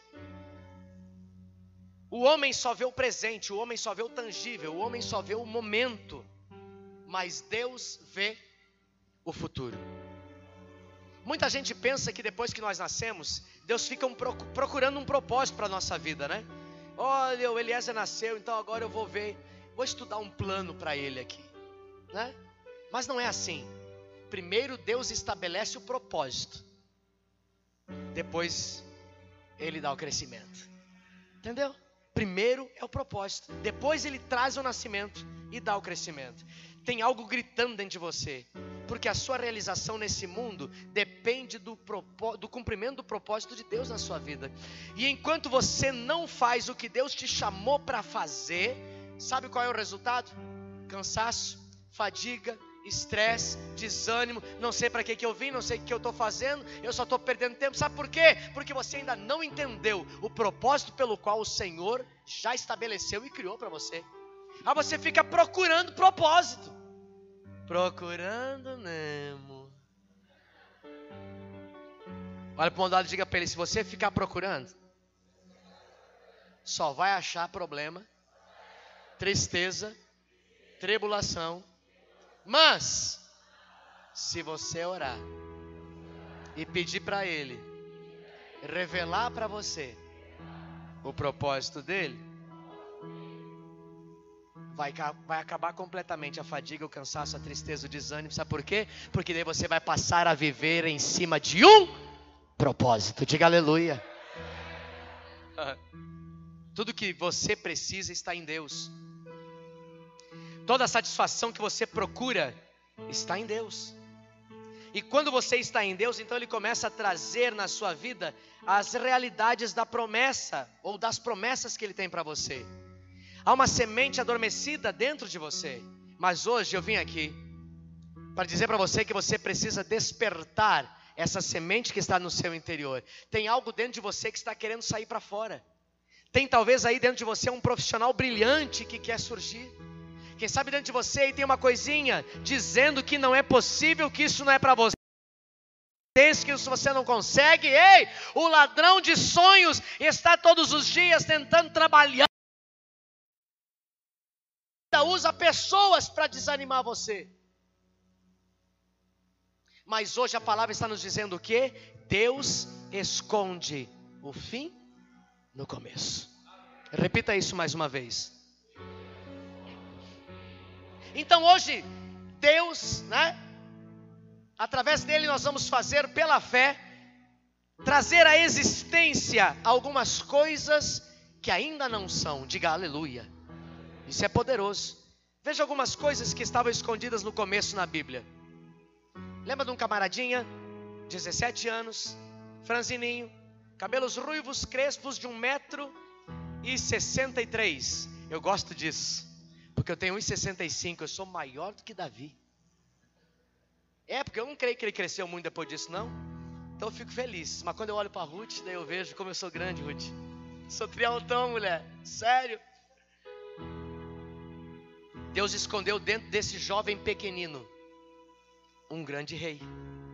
O homem só vê o presente, o homem só vê o tangível, o homem só vê o momento. Mas Deus vê o futuro. Muita gente pensa que depois que nós nascemos, Deus fica procurando um propósito para a nossa vida, né? Olha, o Eliezer nasceu, então agora eu vou estudar um plano para ele aqui, né? Mas não é assim. Primeiro Deus estabelece o propósito, depois Ele dá o crescimento. Entendeu? Primeiro é o propósito, depois Ele traz o nascimento e dá o crescimento. Tem algo gritando dentro de você, porque a sua realização nesse mundo depende do cumprimento do propósito de Deus na sua vida. E enquanto você não faz o que Deus te chamou para fazer, sabe qual é o resultado? Cansaço, fadiga, estresse, desânimo. Não sei para que eu vim, não sei o que eu estou fazendo, eu só estou perdendo tempo. Sabe por quê? Porque você ainda não entendeu o propósito pelo qual o Senhor já estabeleceu e criou para você. Aí você fica procurando propósito. Procurando Nemo. Olha para o mandado e diga para ele: se você ficar procurando, só vai achar problema, tristeza, tribulação. Mas se você orar e pedir para Ele revelar para você o propósito dele, vai acabar completamente a fadiga, o cansaço, a tristeza, o desânimo. Sabe por quê? Porque daí você vai passar a viver em cima de um propósito. Diga aleluia. Tudo que você precisa está em Deus. Toda a satisfação que você procura está em Deus. E quando você está em Deus, então Ele começa a trazer na sua vida as realidades da promessa, ou das promessas que Ele tem para você. Há uma semente adormecida dentro de você. Mas hoje eu vim aqui para dizer para você que você precisa despertar essa semente que está no seu interior. Tem algo dentro de você que está querendo sair para fora. Tem talvez aí dentro de você um profissional brilhante que quer surgir. Quem sabe dentro de você aí tem uma coisinha dizendo que não é possível, que isso não é para você, que isso você não consegue. Ei, o ladrão de sonhos está todos os dias tentando trabalhar. Usa pessoas para desanimar você. Mas hoje a palavra está nos dizendo o quê? Deus esconde o fim no começo. Repita isso mais uma vez. Então hoje, Deus, através dele nós vamos fazer pela fé, trazer à existência algumas coisas que ainda não são. Diga aleluia. Isso é poderoso. Veja algumas coisas que estavam escondidas no começo na Bíblia. Lembra de um camaradinha, 17 anos, franzininho, cabelos ruivos, crespos, de 1,63 m. Eu gosto disso, porque eu tenho 1,65 m, eu sou maior do que Davi. Porque eu não creio que ele cresceu muito depois disso, não. Então eu fico feliz. Mas quando eu olho para Ruth, daí eu vejo como eu sou grande, Ruth. Sou trialtão, mulher, sério. Deus escondeu dentro desse jovem pequenino um grande rei.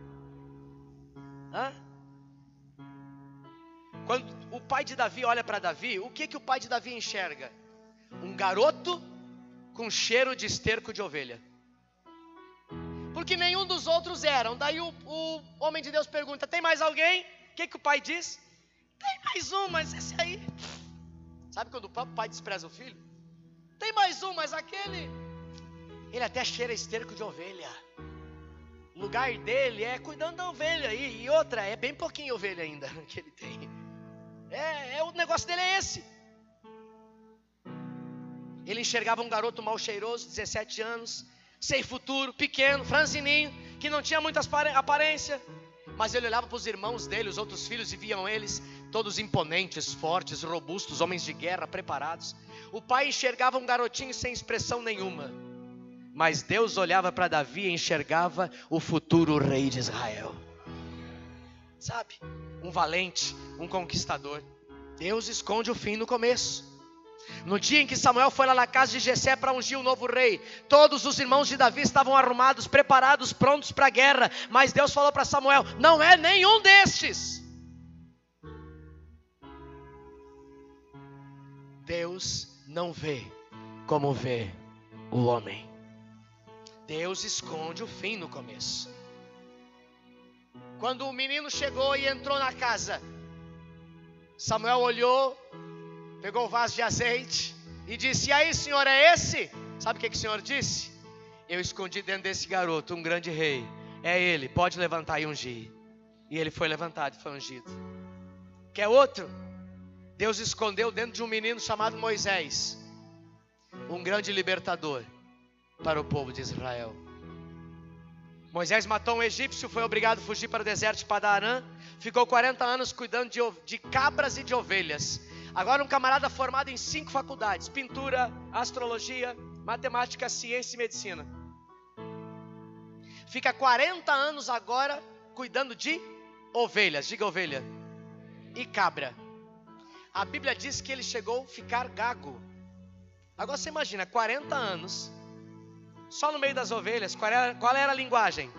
Quando o pai de Davi olha para Davi, o que o pai de Davi enxerga? Um garoto com cheiro de esterco de ovelha. Porque nenhum dos outros eram. Daí o homem de Deus pergunta: tem mais alguém? O que o pai diz? Tem mais um, mas esse aí. Sabe quando o próprio pai despreza o filho? Tem mais um, mas aquele, ele até cheira esterco de ovelha. O lugar dele é cuidando da ovelha. E outra, é bem pouquinho ovelha ainda que ele tem. O negócio dele é esse. Ele enxergava um garoto mal cheiroso, 17 anos, sem futuro, pequeno, franzininho, que não tinha muita aparência. Mas ele olhava para os irmãos dele, os outros filhos, e viam eles todos imponentes, fortes, robustos, homens de guerra, preparados. O pai enxergava um garotinho sem expressão nenhuma. Mas Deus olhava para Davi e enxergava o futuro rei de Israel. Sabe? Um valente, um conquistador. Deus esconde o fim no começo. No dia em que Samuel foi lá na casa de Jessé para ungir o novo rei, todos os irmãos de Davi estavam arrumados, preparados, prontos para a guerra. Mas Deus falou para Samuel: não é nenhum destes. Deus não vê como vê o homem. Deus esconde o fim no começo. Quando o menino chegou e entrou na casa, Samuel olhou, pegou o vaso de azeite e disse: e aí, senhor, é esse? Sabe o que o senhor disse? Eu escondi dentro desse garoto um grande rei. É ele, pode levantar e ungir. E ele foi levantado e foi ungido. Quer outro? Deus escondeu dentro de um menino chamado Moisés um grande libertador para o povo de Israel. Moisés matou um egípcio, foi obrigado a fugir para o deserto de Padarã. Ficou 40 anos cuidando de cabras e de ovelhas. Agora um camarada formado em 5 faculdades: pintura, astrologia, matemática, ciência e medicina. Fica 40 anos agora cuidando de ovelhas, diga ovelha, e cabra. A Bíblia diz que ele chegou a ficar gago. Agora você imagina, 40 anos, só no meio das ovelhas. Qual era a linguagem?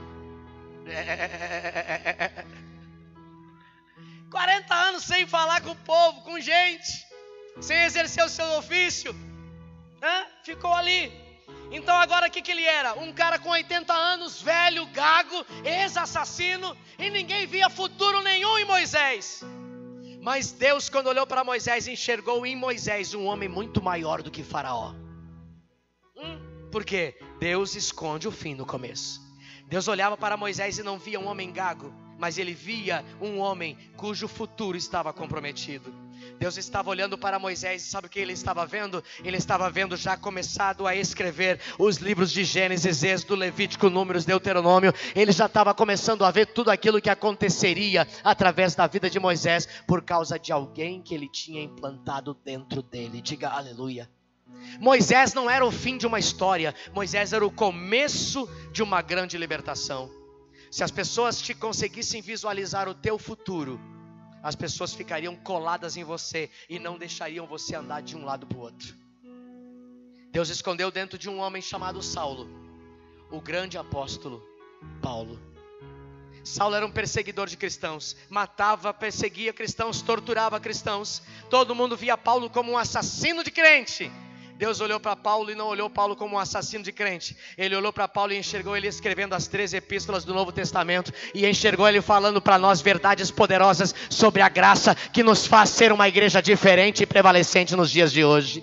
40 anos sem falar com o povo, com gente, sem exercer o seu ofício, ficou ali. Então agora o que ele era? Um cara com 80 anos, velho, gago, ex-assassino, e ninguém via futuro nenhum em Moisés. Mas Deus, quando olhou para Moisés, enxergou em Moisés um homem muito maior do que Faraó. Por quê? Deus esconde o fim no começo. Deus olhava para Moisés e não via um homem gago, mas ele via um homem cujo futuro estava comprometido. Deus estava olhando para Moisés e sabe o que ele estava vendo? Ele estava vendo já começado a escrever os livros de Gênesis, Êxodo, Levítico, Números, Deuteronômio. Ele já estava começando a ver tudo aquilo que aconteceria através da vida de Moisés, por causa de alguém que ele tinha implantado dentro dele. Diga aleluia. Moisés não era o fim de uma história, Moisés era o começo de uma grande libertação. Se as pessoas te conseguissem visualizar o teu futuro, as pessoas ficariam coladas em você e não deixariam você andar de um lado para o outro. Deus escondeu dentro de um homem chamado Saulo, o grande apóstolo Paulo. Saulo era um perseguidor de cristãos, matava, perseguia cristãos, torturava cristãos. Todo mundo via Paulo como um assassino de crente. Deus olhou para Paulo e não olhou Paulo como um assassino de crente. Ele olhou para Paulo e enxergou ele escrevendo as 13 epístolas do Novo Testamento. E enxergou ele falando para nós verdades poderosas sobre a graça que nos faz ser uma igreja diferente e prevalecente nos dias de hoje.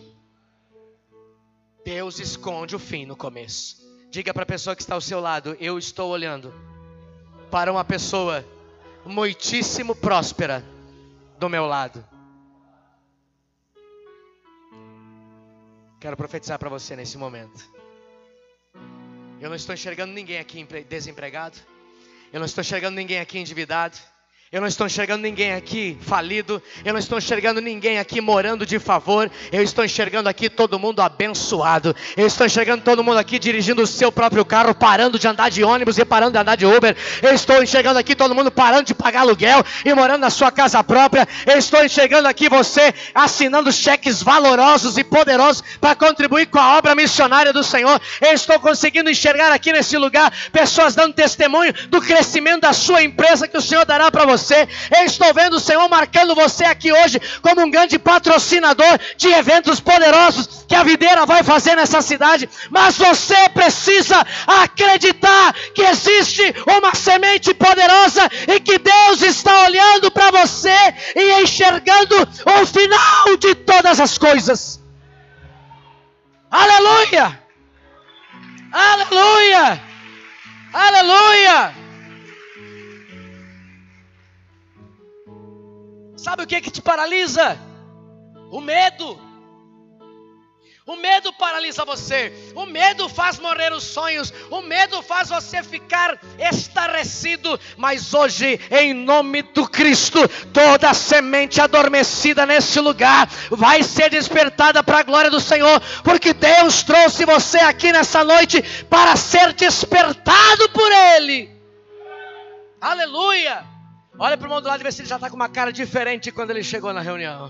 Deus esconde o fim no começo. Diga para a pessoa que está ao seu lado: eu estou olhando para uma pessoa muitíssimo próspera do meu lado. Quero profetizar para você nesse momento. Eu não estou enxergando ninguém aqui desempregado. Eu não estou enxergando ninguém aqui endividado. Eu não estou enxergando ninguém aqui falido. Eu não estou enxergando ninguém aqui morando de favor. Eu estou enxergando aqui todo mundo abençoado. Eu estou enxergando todo mundo aqui dirigindo o seu próprio carro, parando de andar de ônibus e parando de andar de Uber. Eu estou enxergando aqui todo mundo parando de pagar aluguel e morando na sua casa própria. Eu estou enxergando aqui você assinando cheques valorosos e poderosos para contribuir com a obra missionária do Senhor. Eu estou conseguindo enxergar aqui nesse lugar pessoas dando testemunho do crescimento da sua empresa que o Senhor dará para você. Eu estou vendo o Senhor marcando você aqui hoje como um grande patrocinador de eventos poderosos que a Videira vai fazer nessa cidade. Mas você precisa acreditar que existe uma semente poderosa e que Deus está olhando para você e enxergando o final de todas as coisas. Aleluia! Aleluia! Aleluia! Sabe o que te paralisa? O medo. O medo paralisa você. O medo faz morrer os sonhos. O medo faz você ficar estarrecido. Mas hoje, em nome do Cristo, toda semente adormecida nesse lugar vai ser despertada para a glória do Senhor. Porque Deus trouxe você aqui nessa noite para ser despertado por Ele. Aleluia! Olha para o irmão do lado e vê se ele já está com uma cara diferente quando ele chegou na reunião.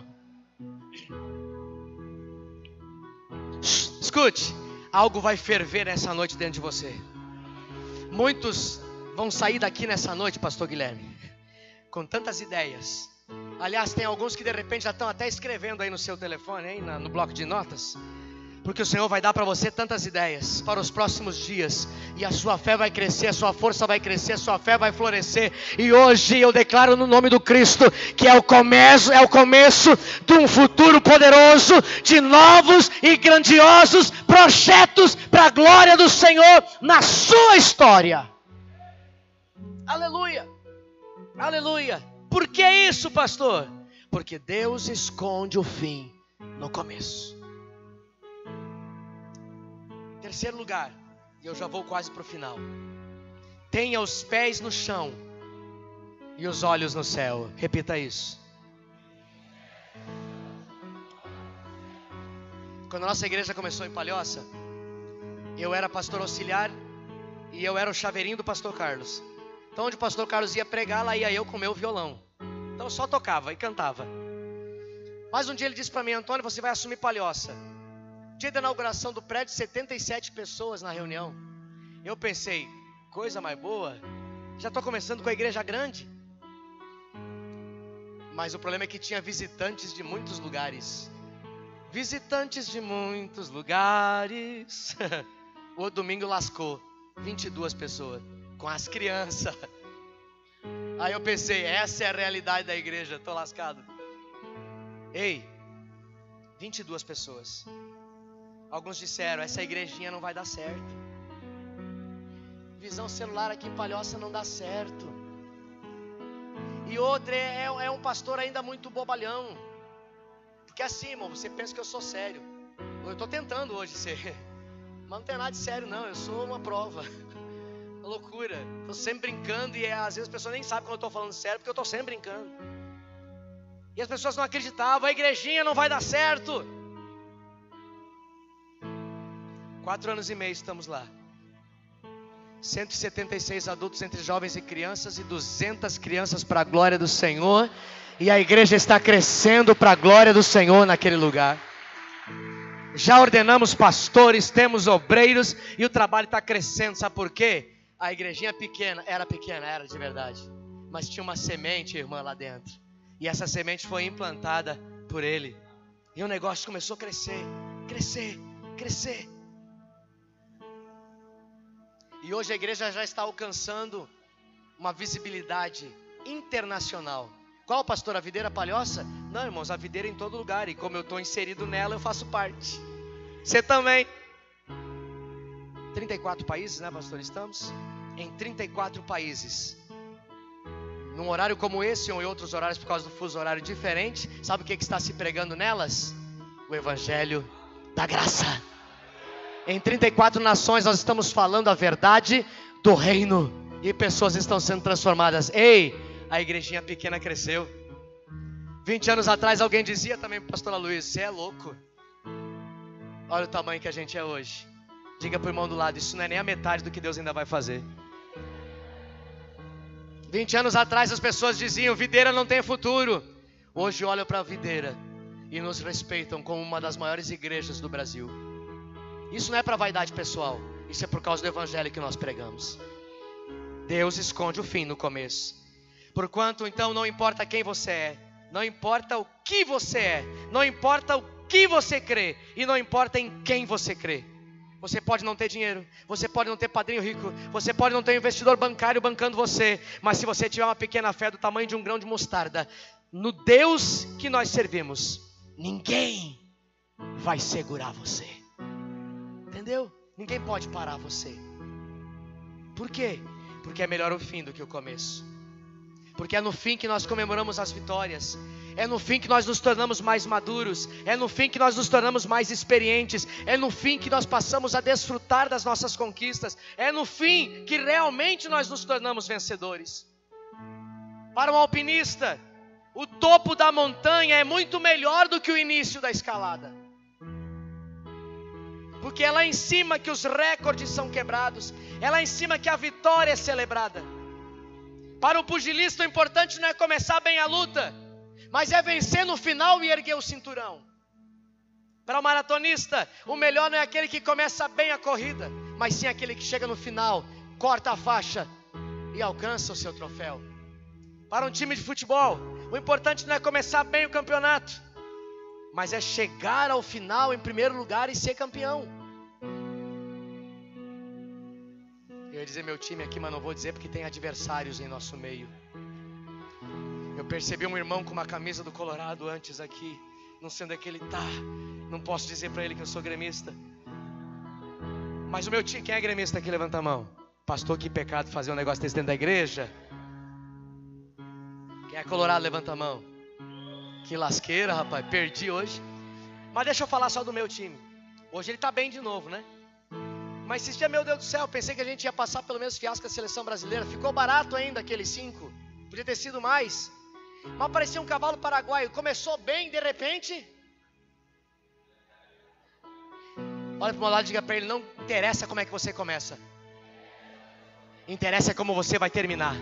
Escute, algo vai ferver nessa noite dentro de você. Muitos vão sair daqui nessa noite, pastor Guilherme, com tantas ideias. Aliás, tem alguns que de repente já estão até escrevendo aí no seu telefone, aí no bloco de notas. Porque o Senhor vai dar para você tantas ideias para os próximos dias. E a sua fé vai crescer, a sua força vai crescer, a sua fé vai florescer. E hoje eu declaro no nome do Cristo que é o começo de um futuro poderoso, de novos e grandiosos projetos para a glória do Senhor na sua história. Aleluia! Aleluia! Por que isso, pastor? Porque Deus esconde o fim no começo. Terceiro lugar, e eu já vou quase para o final. Tenha os pés no chão e os olhos no céu. Repita isso. Quando a nossa igreja começou em Palhoça, eu era pastor auxiliar e eu era o chaveirinho do pastor Carlos. Então onde o pastor Carlos ia pregar, lá ia eu com o meu violão. Então eu só tocava e cantava. Mas um dia ele disse para mim: Antônio, você vai assumir Palhoça. Dia da inauguração do prédio, 77 pessoas na reunião. Eu pensei, coisa mais boa, já estou começando com a igreja grande. Mas o problema é que tinha visitantes de muitos lugares. Visitantes de muitos lugares. O domingo lascou, 22 pessoas, com as crianças. Aí eu pensei, essa é a realidade da igreja, estou lascado. Ei, 22 pessoas. Alguns disseram, essa igrejinha não vai dar certo. Visão celular aqui em Palhoça não dá certo. E outra é um pastor ainda muito bobalhão. Porque assim, irmão, você pensa que eu sou sério. Eu estou tentando hoje ser. Mas não tem nada de sério não, eu sou uma prova. Uma loucura. Estou sempre brincando e às vezes as pessoas nem sabem quando eu estou falando sério, porque eu estou sempre brincando. E as pessoas não acreditavam, a igrejinha não vai dar certo. 4 anos e meio estamos lá. 176 adultos entre jovens e crianças e 200 crianças para a glória do Senhor. E a igreja está crescendo para a glória do Senhor naquele lugar. Já ordenamos pastores, temos obreiros e o trabalho está crescendo. Sabe por quê? A igrejinha era de verdade. Mas tinha uma semente, irmã, lá dentro. E essa semente foi implantada por ele. E o negócio começou a crescer, crescer, crescer. E hoje a igreja já está alcançando uma visibilidade internacional. Qual, pastor? A videira Palhoça? Não, irmãos, a videira em todo lugar. E como eu estou inserido nela, eu faço parte. Você também. 34 países, né, pastor? Estamos em 34 países. Num horário como esse ou em outros horários por causa do fuso horário diferente. Sabe o que está se pregando nelas? O Evangelho da Graça. Em 34 nações nós estamos falando a verdade do reino. E pessoas estão sendo transformadas. Ei, a igrejinha pequena cresceu. 20 anos atrás alguém dizia também para o pastor Luiz, você é louco. Olha o tamanho que a gente é hoje. Diga para o irmão do lado, isso não é nem a metade do que Deus ainda vai fazer. 20 anos atrás as pessoas diziam, videira não tem futuro. Hoje olham para a videira e nos respeitam como uma das maiores igrejas do Brasil. Isso não é para vaidade pessoal, isso é por causa do evangelho que nós pregamos. Deus esconde o fim no começo. Porquanto então não importa quem você é, não importa o que você é, não importa o que você crê e não importa em quem você crê. Você pode não ter dinheiro, você pode não ter padrinho rico, você pode não ter um investidor bancário bancando você, mas se você tiver uma pequena fé do tamanho de um grão de mostarda, no Deus que nós servimos, ninguém vai segurar você. Entendeu? Ninguém pode parar você. Por quê? Porque é melhor o fim do que o começo. Porque é no fim que nós comemoramos as vitórias. É no fim que nós nos tornamos mais maduros. É no fim que nós nos tornamos mais experientes. É no fim que nós passamos a desfrutar das nossas conquistas. É no fim que realmente nós nos tornamos vencedores. Para um alpinista, o topo da montanha é muito melhor do que o início da escalada. Porque é lá em cima que os recordes são quebrados. É lá em cima que a vitória é celebrada. Para o pugilista o importante não é começar bem a luta, mas é vencer no final e erguer o cinturão. Para o maratonista, o melhor não é aquele que começa bem a corrida, mas sim aquele que chega no final, corta a faixa e alcança o seu troféu. Para um time de futebol, o importante não é começar bem o campeonato, mas é chegar ao final em primeiro lugar e ser campeão. Eu ia dizer meu time aqui, mas não vou dizer porque tem adversários em nosso meio. Eu percebi um irmão com uma camisa do Colorado antes aqui. Não sei onde é que ele está. Não posso dizer para ele que eu sou gremista. Mas o meu time, quem é gremista aqui? Levanta a mão. Pastor, que pecado fazer um negócio desse dentro da igreja. Quem é colorado? Levanta a mão. Que lasqueira, rapaz. Perdi hoje. Mas deixa eu falar só do meu time. Hoje ele está bem de novo, né? Mas esse dia, meu Deus do céu, pensei que a gente ia passar pelo menos fiasco da seleção brasileira. Ficou barato ainda aqueles 5. Podia ter sido mais. Mas parecia um cavalo paraguaio. Começou bem, de repente. Olha para o meu lado e diga para ele, não interessa como é que você começa. Interessa como você vai terminar.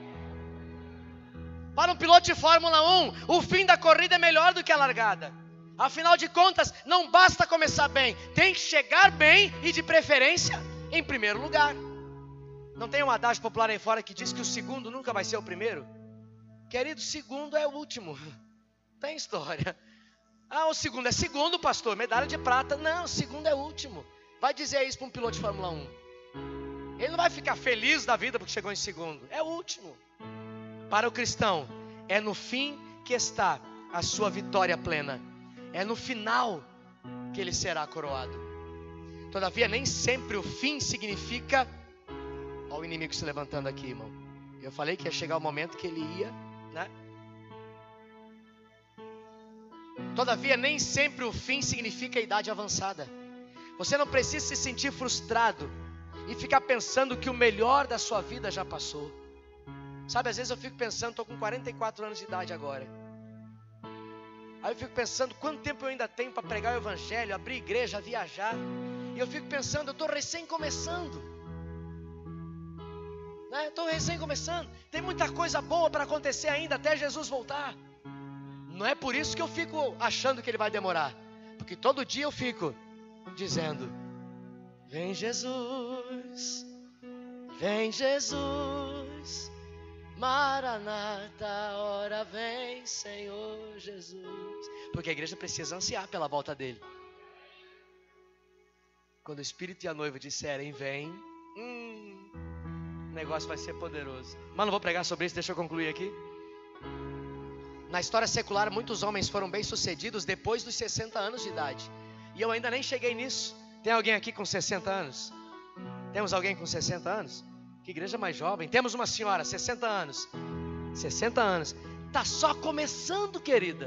Para um piloto de Fórmula 1, o fim da corrida é melhor do que a largada. Afinal de contas, não basta começar bem, tem que chegar bem e de preferência em primeiro lugar. Não tem um adágio popular aí fora que diz que o segundo nunca vai ser o primeiro? Querido, segundo é o último. Tem história. Ah, o segundo é segundo, pastor, medalha de prata. Não, o segundo é o último. Vai dizer isso para um piloto de Fórmula 1. Ele não vai ficar feliz da vida porque chegou em segundo. É o último. Para o cristão, é no fim que está a sua vitória plena. É no final que ele será coroado. Todavia, nem sempre o fim significa... Olha o inimigo se levantando aqui, irmão. Eu falei que ia chegar o momento que ele ia, né? Todavia, nem sempre o fim significa a idade avançada. Você não precisa se sentir frustrado e ficar pensando que o melhor da sua vida já passou. Sabe, às vezes eu fico pensando, estou com 44 anos de idade agora. Aí eu fico pensando, quanto tempo eu ainda tenho para pregar o evangelho, abrir igreja, viajar. E eu fico pensando, eu estou recém começando. Estou recém começando. Tem muita coisa boa para acontecer ainda até Jesus voltar. Não é por isso que eu fico achando que ele vai demorar. Porque todo dia eu fico dizendo: vem Jesus, vem Jesus, Maranata, ora vem Senhor Jesus. Porque a igreja precisa ansiar pela volta dele. Quando o Espírito e a noiva disserem vem, o negócio vai ser poderoso. Mas não vou pregar sobre isso, deixa eu concluir aqui. Na história secular, muitos homens foram bem-sucedidos depois dos 60 anos de idade. E eu ainda nem cheguei nisso. Tem alguém aqui com 60 anos? Temos alguém com 60 anos? Que igreja mais jovem. Temos uma senhora, 60 anos. 60 anos. Está só começando, querida.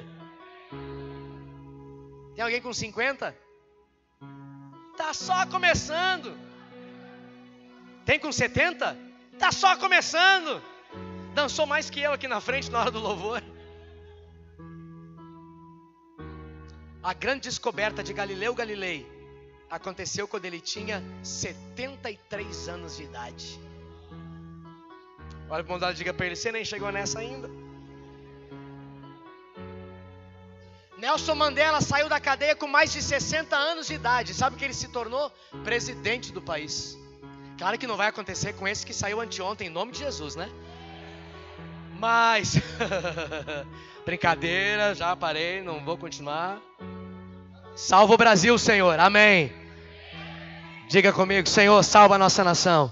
Tem alguém com 50? Está só começando. Tem com 70? Está só começando. Dançou mais que eu aqui na frente na hora do louvor. A grande descoberta de Galileu Galilei aconteceu quando ele tinha 73 anos de idade. Olha para o irmão, diga para ele: você nem chegou nessa ainda. Nelson Mandela saiu da cadeia com mais de 60 anos de idade. Sabe o que ele se tornou? Presidente do país. Claro que não vai acontecer com esse que saiu anteontem, em nome de Jesus, né? Mas brincadeira, já parei, não vou continuar. Salva o Brasil, Senhor, amém. Diga comigo: Senhor, salva a nossa nação.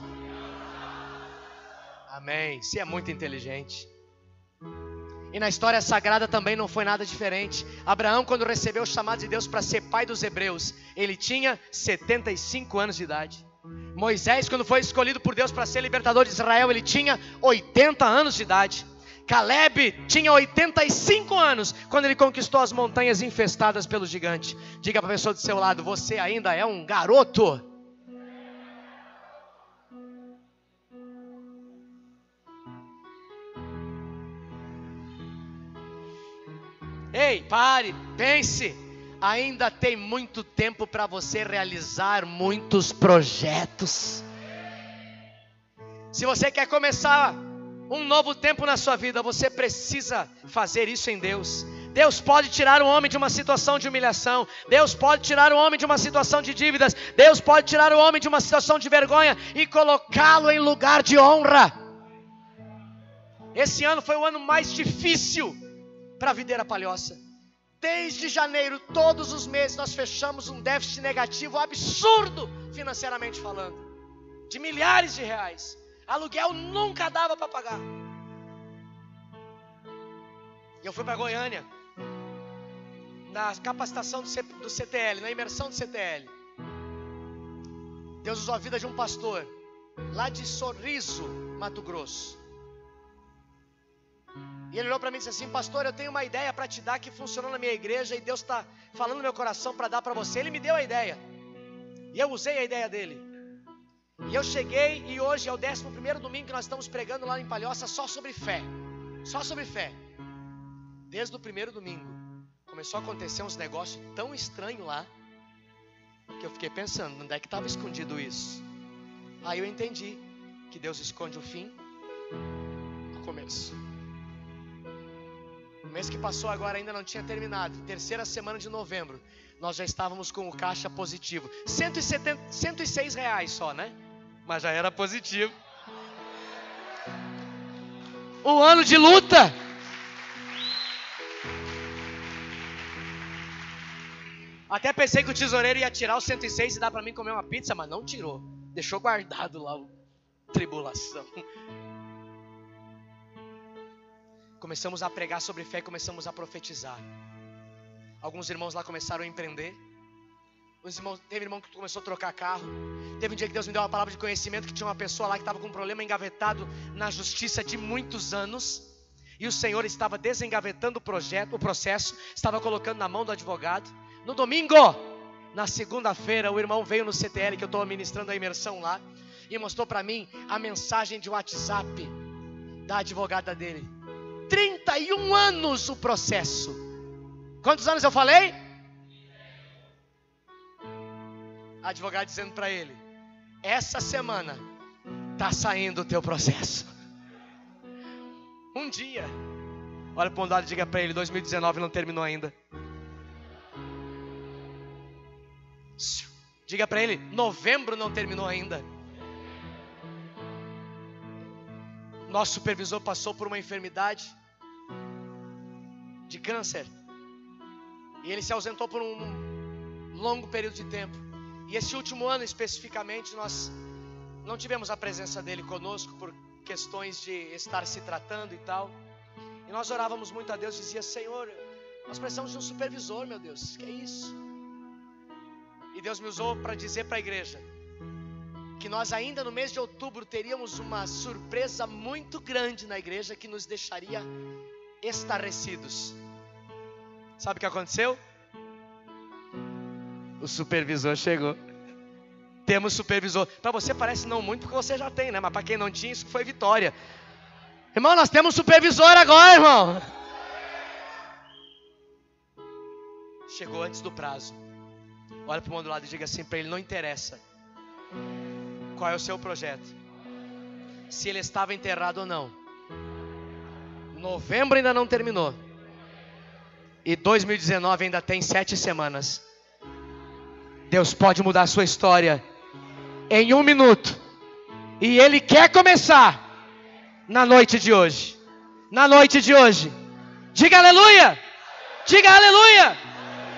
Amém. Você é muito inteligente. E na história sagrada também não foi nada diferente. Abraão, quando recebeu o chamado de Deus para ser pai dos hebreus, ele tinha 75 anos de idade. Moisés, quando foi escolhido por Deus para ser libertador de Israel, ele tinha 80 anos de idade. Caleb tinha 85 anos quando ele conquistou as montanhas infestadas pelo gigante. Diga para a pessoa do seu lado: você ainda é um garoto. Ei, pare, pense. Ainda tem muito tempo para você realizar muitos projetos. Se você quer começar um novo tempo na sua vida, você precisa fazer isso em Deus. Deus pode tirar o homem de uma situação de humilhação. Deus pode tirar o homem de uma situação de dívidas. Deus pode tirar o homem de uma situação de vergonha e colocá-lo em lugar de honra. Esse ano foi o ano mais difícil para a Videira Palhoça. Desde janeiro, todos os meses, nós fechamos um déficit negativo absurdo, financeiramente falando, de milhares de reais. Aluguel nunca dava para pagar. Eu fui para Goiânia, na capacitação do CTL, na imersão do CTL. Deus usou a vida de um pastor, lá de Sorriso, Mato Grosso. E ele olhou para mim e disse assim: pastor, eu tenho uma ideia para te dar que funcionou na minha igreja e Deus está falando no meu coração para dar para você. Ele me deu a ideia e eu usei a ideia dele. E eu cheguei e hoje é o 11º domingo que nós estamos pregando lá em Palhoça só sobre fé. Só sobre fé. Desde o primeiro domingo começou a acontecer uns negócios tão estranhos lá que eu fiquei pensando: onde é que estava escondido isso? Aí eu entendi que Deus esconde o fim no começo. O mês que passou agora ainda não tinha terminado. Terceira semana de novembro, nós já estávamos com o caixa positivo. 106 reais só, né? Mas já era positivo. Um ano de luta. Até pensei que o tesoureiro ia tirar os 106 e dar para mim comer uma pizza, mas não tirou. Deixou guardado lá o tribulação. Começamos a pregar sobre fé e começamos a profetizar. Alguns irmãos lá começaram a empreender. Teve irmão que começou a trocar carro. Teve um dia que Deus me deu uma palavra de conhecimento que tinha uma pessoa lá que estava com um problema engavetado na justiça de muitos anos. E o Senhor estava desengavetando o processo, estava colocando na mão do advogado. No domingo, na segunda-feira, o irmão veio no CTL, que eu estou ministrando a imersão lá, e mostrou para mim a mensagem de WhatsApp da advogada dele. 31 anos o processo. Quantos anos eu falei? A advogada dizendo para ele: essa semana está saindo o teu processo. Um dia, olha para o lado e diga para ele: 2019 não terminou ainda. Diga para ele: novembro não terminou ainda. Nosso supervisor passou por uma enfermidade de câncer. E ele se ausentou por um longo período de tempo. E esse último ano especificamente, nós não tivemos a presença dele conosco por questões de estar se tratando e tal. E nós orávamos muito a Deus, dizia: Senhor, nós precisamos de um supervisor, meu Deus, que é isso? E Deus me usou para dizer para a igreja que nós ainda no mês de outubro teríamos uma surpresa muito grande na igreja que nos deixaria estarrecidos. Sabe o que aconteceu? O supervisor chegou. Temos supervisor. Para você parece não muito, porque você já tem, né? Mas para quem não tinha, isso foi vitória. Irmão, nós temos supervisor agora, irmão. Chegou antes do prazo. Olha para o irmão do lado e diga assim para ele: não interessa qual é o seu projeto, se ele estava enterrado ou não. Novembro ainda não terminou. E 2019 ainda tem 7 semanas. Deus pode mudar a sua história em 1 minuto. E Ele quer começar na noite de hoje. Na noite de hoje. Diga aleluia! Diga aleluia!